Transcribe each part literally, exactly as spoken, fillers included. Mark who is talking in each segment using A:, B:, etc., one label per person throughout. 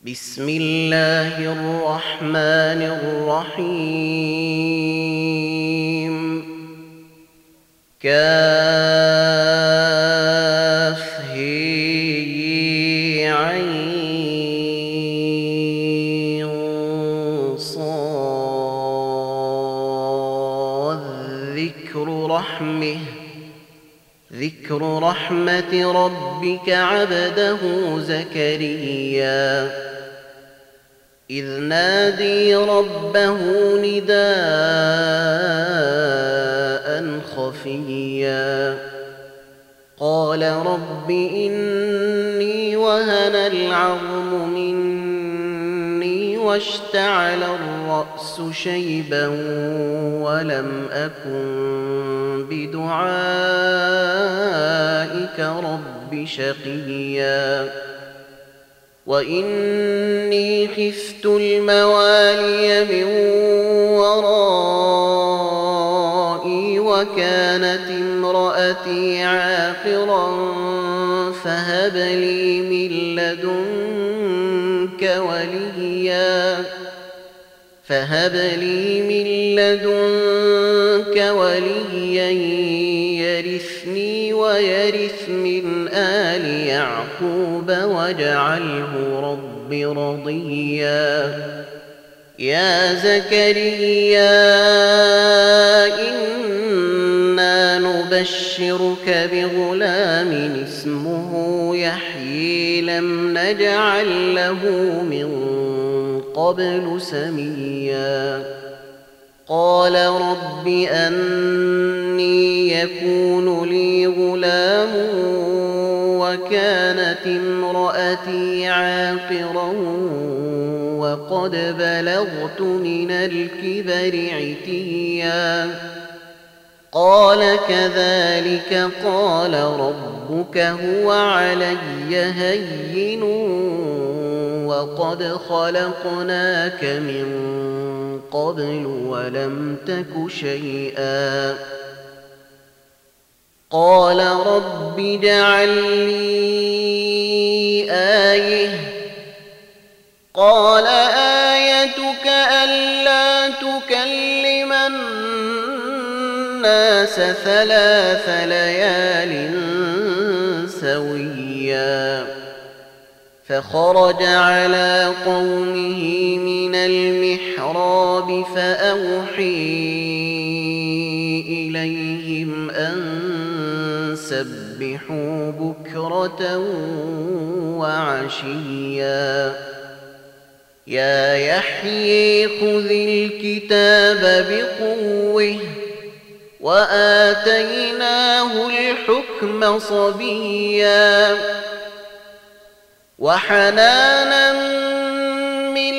A: بسم الله الرحمن الرحيم كافها ذكر رحمه ذكر رحمة ربك عبده زكريا إذ نادي ربه نداء خفيا قال رب إني وهن العظم مني واشتعل الرأس شيبا ولم أكن بدعائك رب شقيا وإني خفت الموالي من ورائي وكانت امرأتي عاقرا فهب لي من لدنك وليا فهب لي من لدنك وليا يرثني ويرث من آل يعقوب واجعله رب رضيا يا زكريا إنا نبشرك بغلام اسمه يحيى لم نجعل له من قبل سميا قال رب أني يكون لي غلام وكانت امرأتي عاقرا وقد بلغت من الكبر عتيا قال كذلك قال ربك هو علي هين وقد خلقناك من قبل ولم تك شيئا قال رب اجعل لي آية قال آيتك ألا تكلم الناس ثلاث ليال سويا فخرج على قومه من المحراب فأوحي إليهم أن سبحوا بكرة وعشيا يا يحيى خذ الكتاب بقوة وآتيناه الحكم صبيا وحنانا من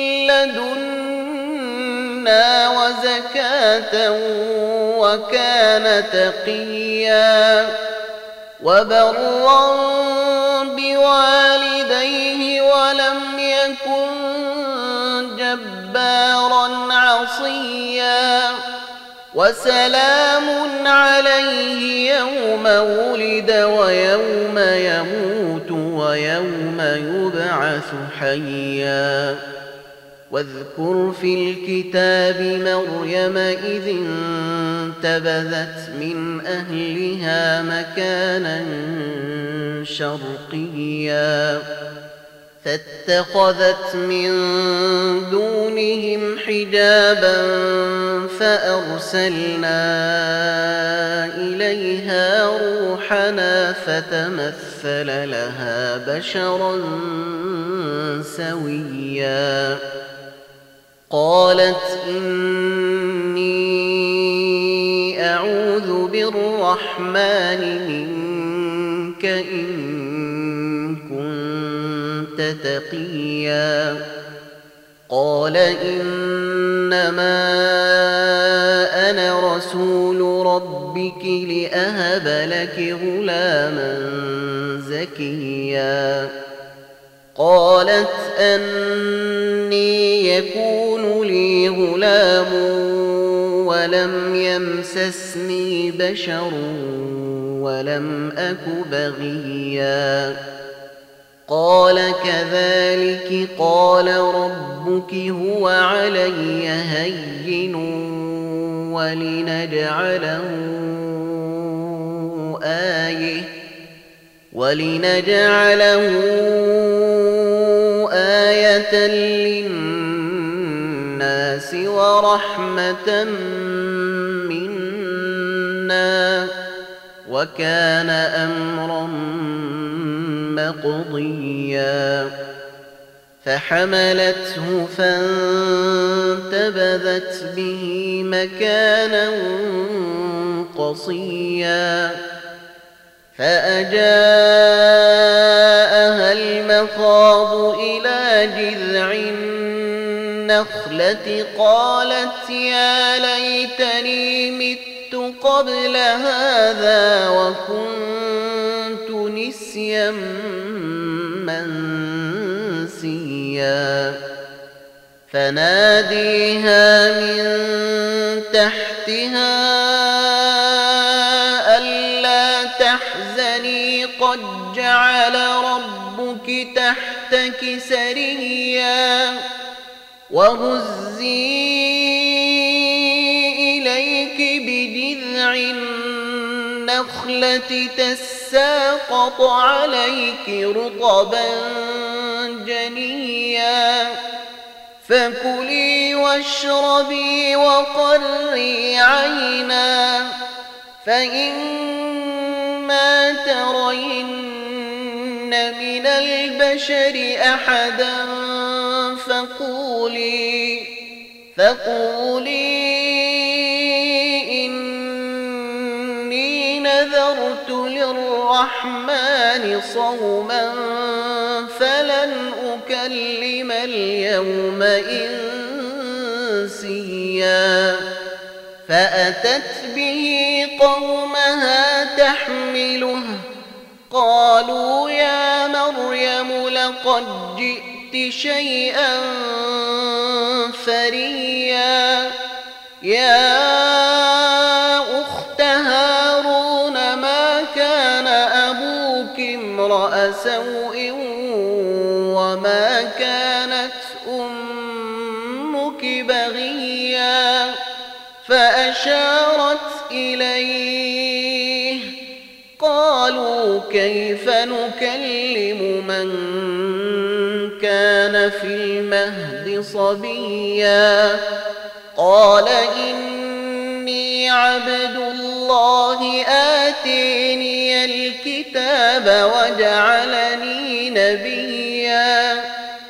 A: لدنا وزكاة وكان تقيا وبرا بوالديه ولم يكن جبارا عصيا وسلام عليه يوم ولد ويوم يموت ويوم يبعث حيا واذكر في الكتاب مريم إذ انتبذت من أهلها مكانا شرقيا فاتخذت من دونهم حجابا فأرسلنا إليها روحنا فتمثل لها بشرا سويا قالت إني أعوذ بالرحمن منك إن تقيا قال إنما أنا رسول ربك لأهب لك غلاما زكيا قالت أني يكون لي غلام ولم يمسسني بشر ولم أك بغيا قال كذلك قال ربك هو علي هين ولنجعله آية ولنجعله آية للناس ورحمة منا وكان أمرا مقضيا فحملته فانتبذت به مكانا قصيا فأجاءها المخاض إلى جذع النخلة قالت يا ليتني مت قبل هذا وكنت نسيا منسيا فناديها من تحتها ألا تحزني قد جعل ربك تحتك سريا وهزي إليك بجذع النخلة تساقط عليك رطبا جنيا فكلي واشربي وقري عينا فإما ترين من البشر أحدا فقولي فقولي إني نذرت للرحمن صوما فلن أكلم اليوم إنسيا فأتت به قومها تحمله قالوا يا مريم لقد جئت شيئا فريا يا أخت هارون ما كان أبوك امرأ سوء وما كانت أمك بغيا فأشارت إليه قالوا كيف نكلم من كان في المهد صبيا قال إني عبد الله آتيني الكتاب وجعلني نبيا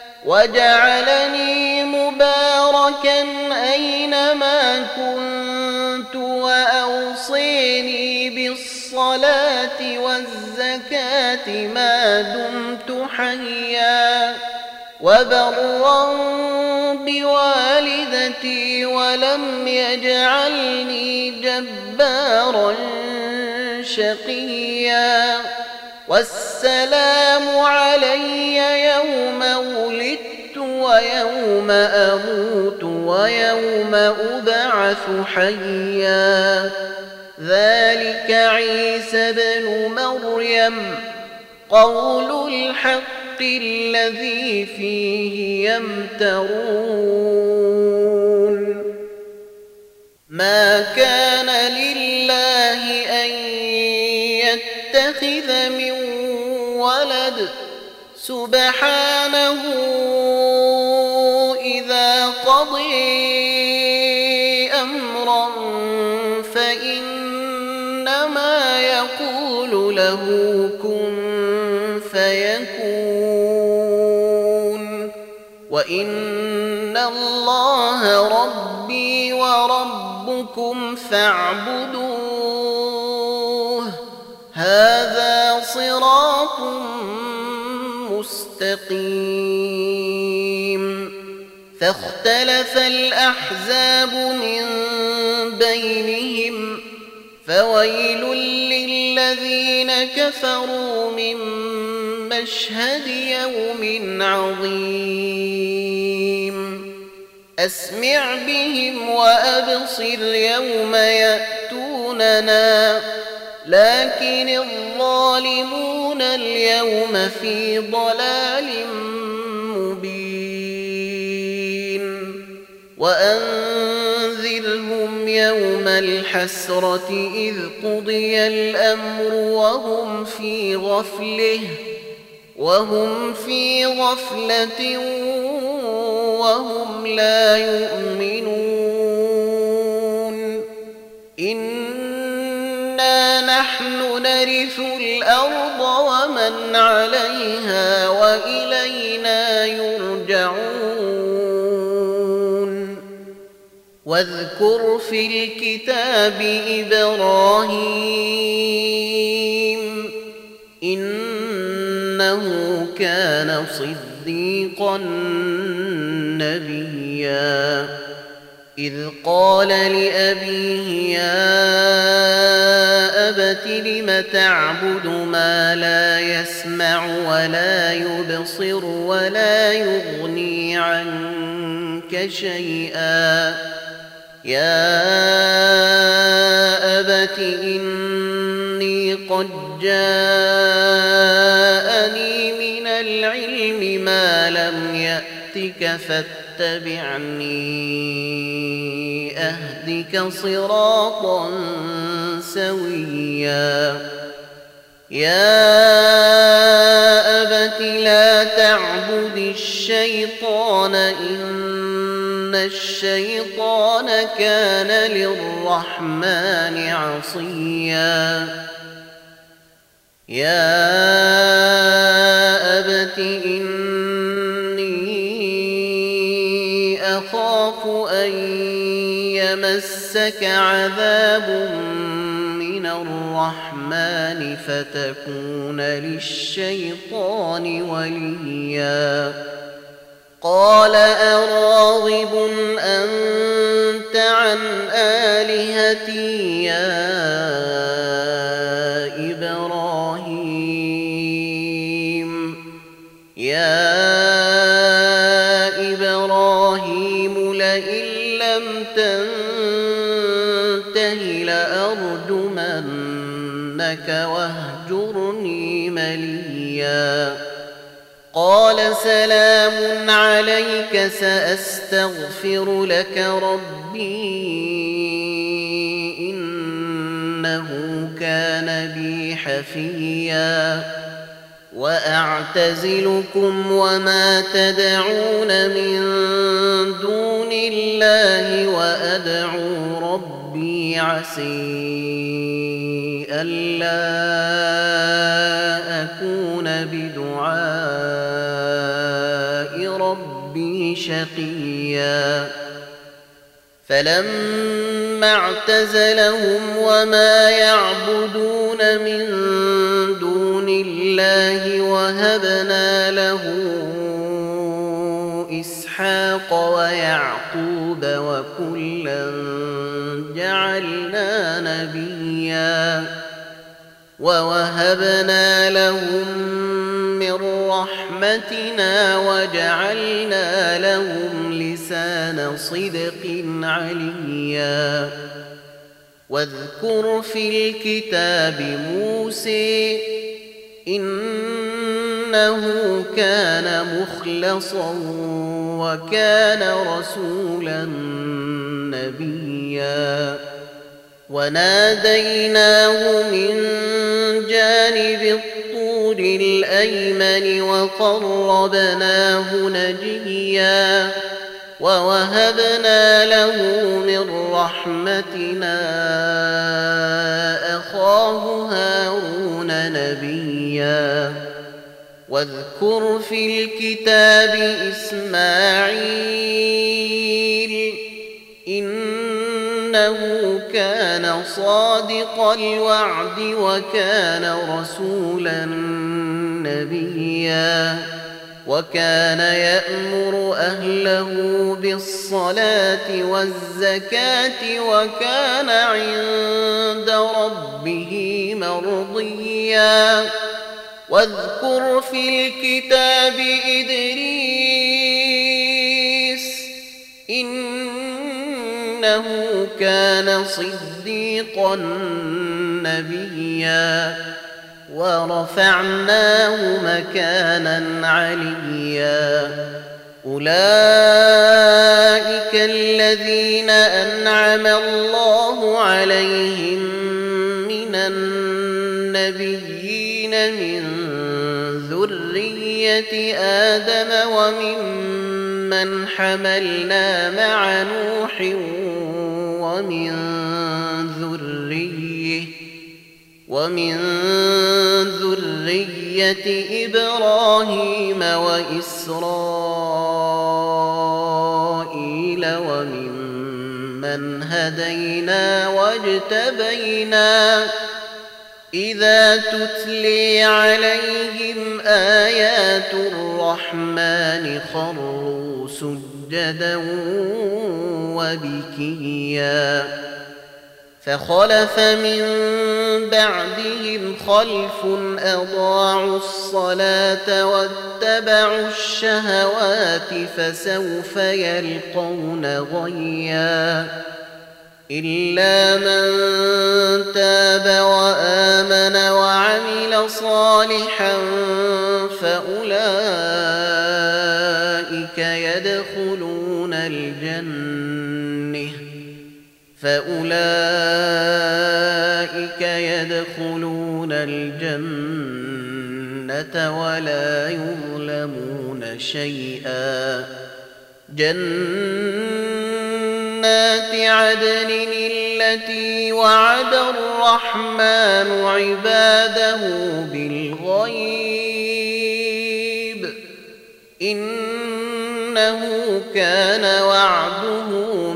A: وجعلني مباركا أينما كنت وأوصيني بالصلاة والزكاة ما دمت حيا وبرا بوالدتي ولم يجعلني جبارا شقيا والسلام علي يوم ولدت ويوم أموت ويوم أبعث حيا ذلك عيسى بن مريم قول الحق الذي فيه يمترون ما كان لله أن يتخذ من ولد سبحانه إذا قضي أمرا فإنما يقول له كن فيكون وإن الله ربي وربكم فاعبدوه هذا صراط مستقيم فاختلف الأحزاب من بينهم فويل للذين كفروا من مشهد يوم عظيم أسمع بهم وأبصر يوم يأتوننا لكن الظالمون اليوم في ضلال مبين وأنذرهم يوم الحسرة إذ قضي الأمر وهم في غفلة وهم في غفلة وهم لا يؤمنون إنا نحن نرث الأرض ومن عليها وإلينا يرجعون واذكر في الكتاب إبراهيم إنه كان صديقا نبيا إذ قال لأبيه يا أبت لم تعبد ما لا يسمع ولا يبصر ولا يغني عنك شيئا يا أبت إني قد جاءني من العلم ما لم يأتك فاتبعني أهدك صراطا سويا يا أبت لا تعبد الشيطان إن الشيطان كان للرحمن عصيا يا أبت إني أخاف أن يمسك عذاب من الرحمن فتكون للشيطان وليا قال أراغب أنت عن آلهتي يا إبراهيم يا إبراهيم لئن لم تنته لأرجمنك واهجرني مليا قال سلام عليك سأستغفر لك ربي إنه كان بي حفيا وأعتزلكم وما تدعون من دون الله وأدعو ربي عسي ألا أكون بدعاء ربي شقيا فلما اعتزلهم وما يعبدون من دون الله وهبنا له إسحاق ويعقوب وكلا جعلنا نبيا ووهبنا لهم من رحمتنا وجعلنا لهم لسان صدق عليا واذكر في الكتاب موسى إنه كان مخلصا وكان رسولا نبيا وناديناه من جانب الطور الأيمن وقربناه نجيا ووهبنا له من رحمتنا أخاه هارون نبيا واذكر في الكتاب إسماعيل إنه كان صادق الوعد وكان رسولا نبيا وكان يأمر أهله بالصلاة والزكاة وكان عند ربه مرضيا واذكر في الكتاب إدريس إنه إنه كان صديقا نبيا ورفعناه مكانا عليا أولئك الذين أنعم الله عليهم من النبيين من ذرية آدم وممن حملنا مع نوح ومن ذرية ومن ذرية إبراهيم وإسرائيل وممن هدينا واجتبينا إذا تتلي عليهم آيات الرحمن خروا سجدا وبكيا فخلف من بعدهم خلف أضاعوا الصلاة واتبعوا الشهوات فسوف يلقون غيا إلا من تاب وآمن وعمل صالحا فأولئك يدخلون الجنة فأولئك يدخلون الجنة ولا يظلمون شيئا جنات عدن التي وعد الرحمن عباده بالغيب إنه كان وعده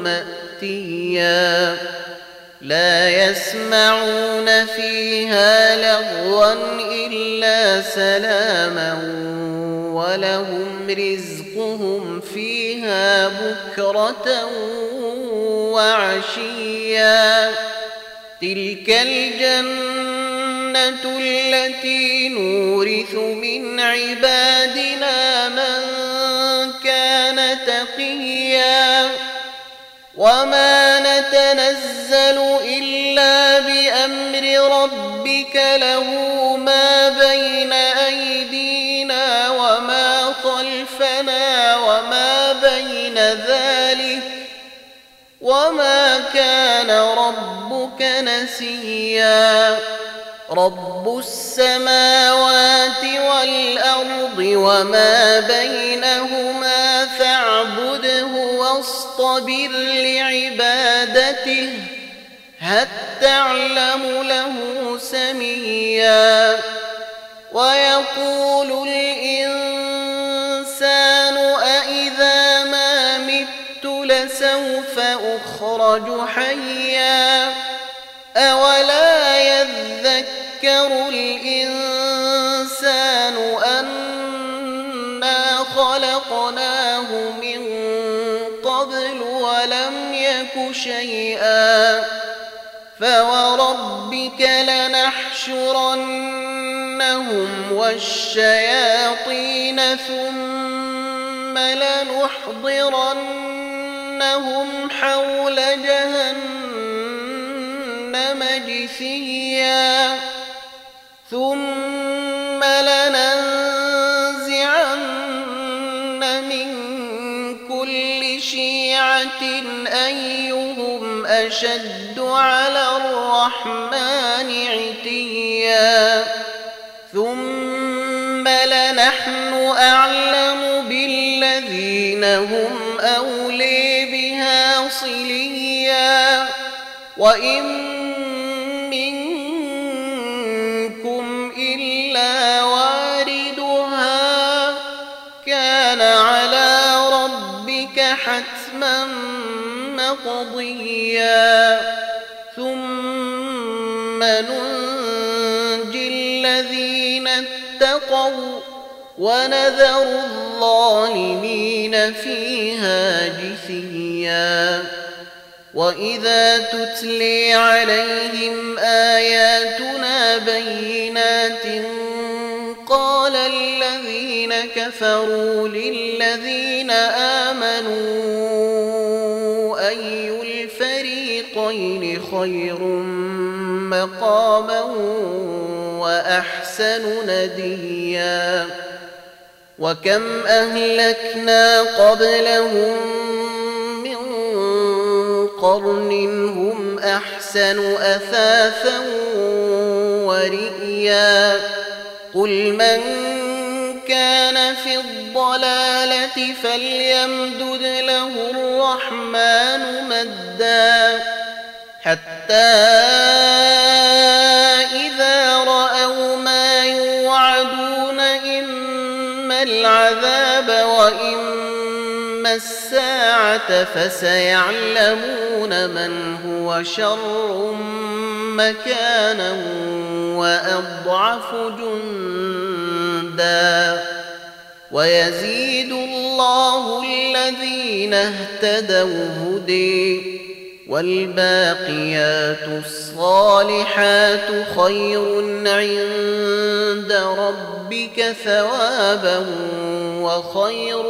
A: مأتيا لا يسمعون فيها لغوا إلا سلاما ولهم رزقهم فيها بكرة وعشيا تلك الجنة التي نورث من عبادنا من كان تقيا وما نتنزل إلا بأمر ربك له ما بين أيدينا وما خلفنا وما بين ذلك وما كان ربك نسيا رب السماوات والأرض وما بينهما فاعبده واصطبر لعبادته هل تعلم له سميا ويقول الإنسان أإذا ما مت لسوف أخرج حيا أولا يذكر الإنسان أنا خلقناه من قبل ولم يك شيئا فوربك لنحشرنهم والشياطين ثم لنحضرنهم حول جهنم جثيا ثم لننزعن من كل شيعة أيهم أشد على الرحمن عتيا ثم لنحن أعلم بالذين هم أولي بها صليا وإن منكم إلا واردها كان على ربك حتما مقضيا ثم ننجي الذين اتقوا ونذر الظالمين فيها جثيا وإذا تتلي عليهم آياتنا بينات قال الذين كفروا للذين آمنوا أي الفريقين خير مقاما وأحسن نديا وكم أهلكنا قبلهم من قرن هم أحسن أثاثا ورئيا قل من كان في الضلالة فليمدد له الرحمن مدا حتى إذا رأوا ما يوعدون إما العذاب وإما الساعة فسيعلمون من هو شر مكانا وأضعف جندا ويزيد الله الذين اهتدوا هدي والباقيات الصالحات خير عند ربك ثوابا وخير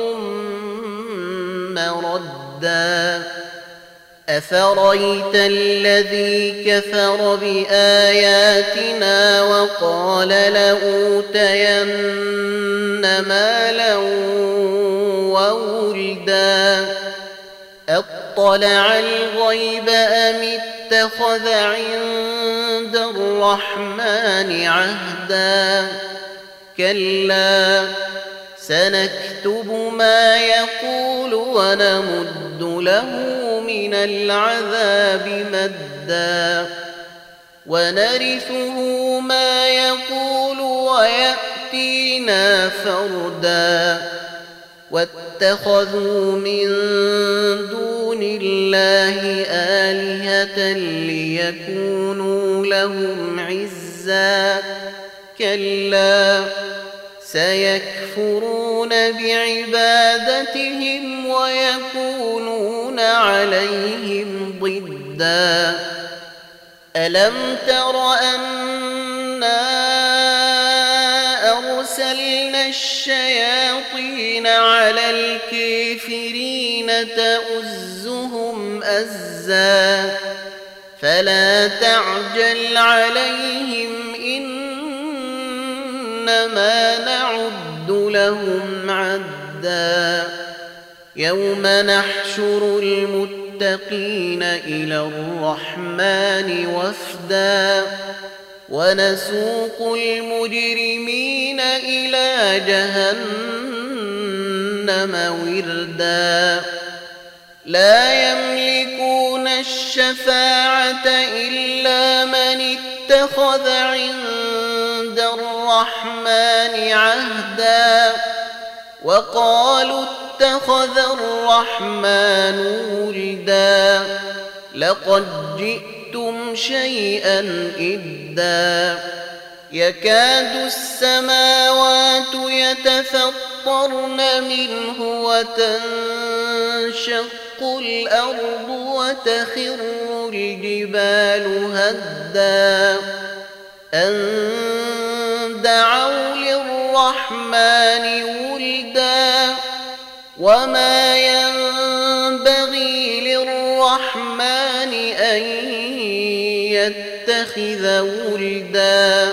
A: مردا أفرأيت الذي كفر بآياتنا وقال لأوتين مالا وولدا أطلع الغيب أم اتخذ عند الرحمن عهدا كلا سنكتب ما يقول ونمد له من العذاب مدا ونرثه ما يقول ويأتينا فردا واتخذوا من دون الله آلهة ليكونوا لهم عزا كلا سيكفرون بعبادتهم ويكونون عليهم ضدا ألم تر أنا أرسلنا الشياطين على الكافرين تؤزهم أزا فلا تعجل عليهم إنما نعد لهم عدا يوم نحشر المتقين إلى الرحمن وفدا ونسوق المجرمين إلى جهنم وردا لا يملكون الشفاعة إلا من اتخذ عند الرحمن عهدا وقالوا اتخذ الرحمن ولدا لقد جئتم شيئا إدا يكاد السماوات يتفطرن منه وتنشق الأرض وتخر الجبال هدا أن دعوا للرحمن ولدا وما ينبغي للرحمن أن يتخذ ولدا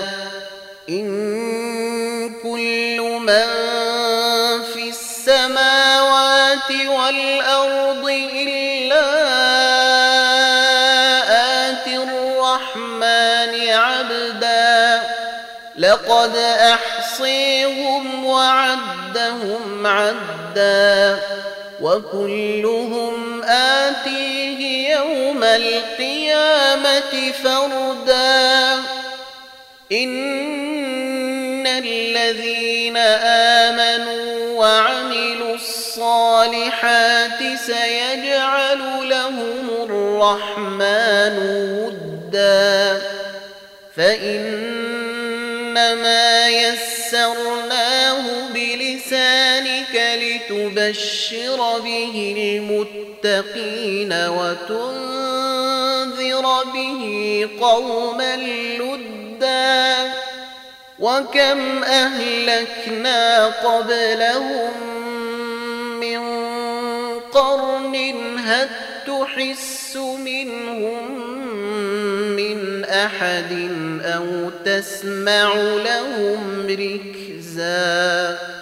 A: إن كل من في السماوات والأرض إلا آتي الرحمن عبدا لقد أحصيهم وعدهم عدا وكلهم آتيه يوم القيامة فردا إن الذين آمنوا وعملوا الصالحات سيجعل لهم الرحمن ودا فإنما يسرناه بلسانك لتبشر به المتقين وتنذر به قوما لدا وكم أهلكنا قبلهم من قرن هل تحس منهم أحد أو تسمع لهم ركزا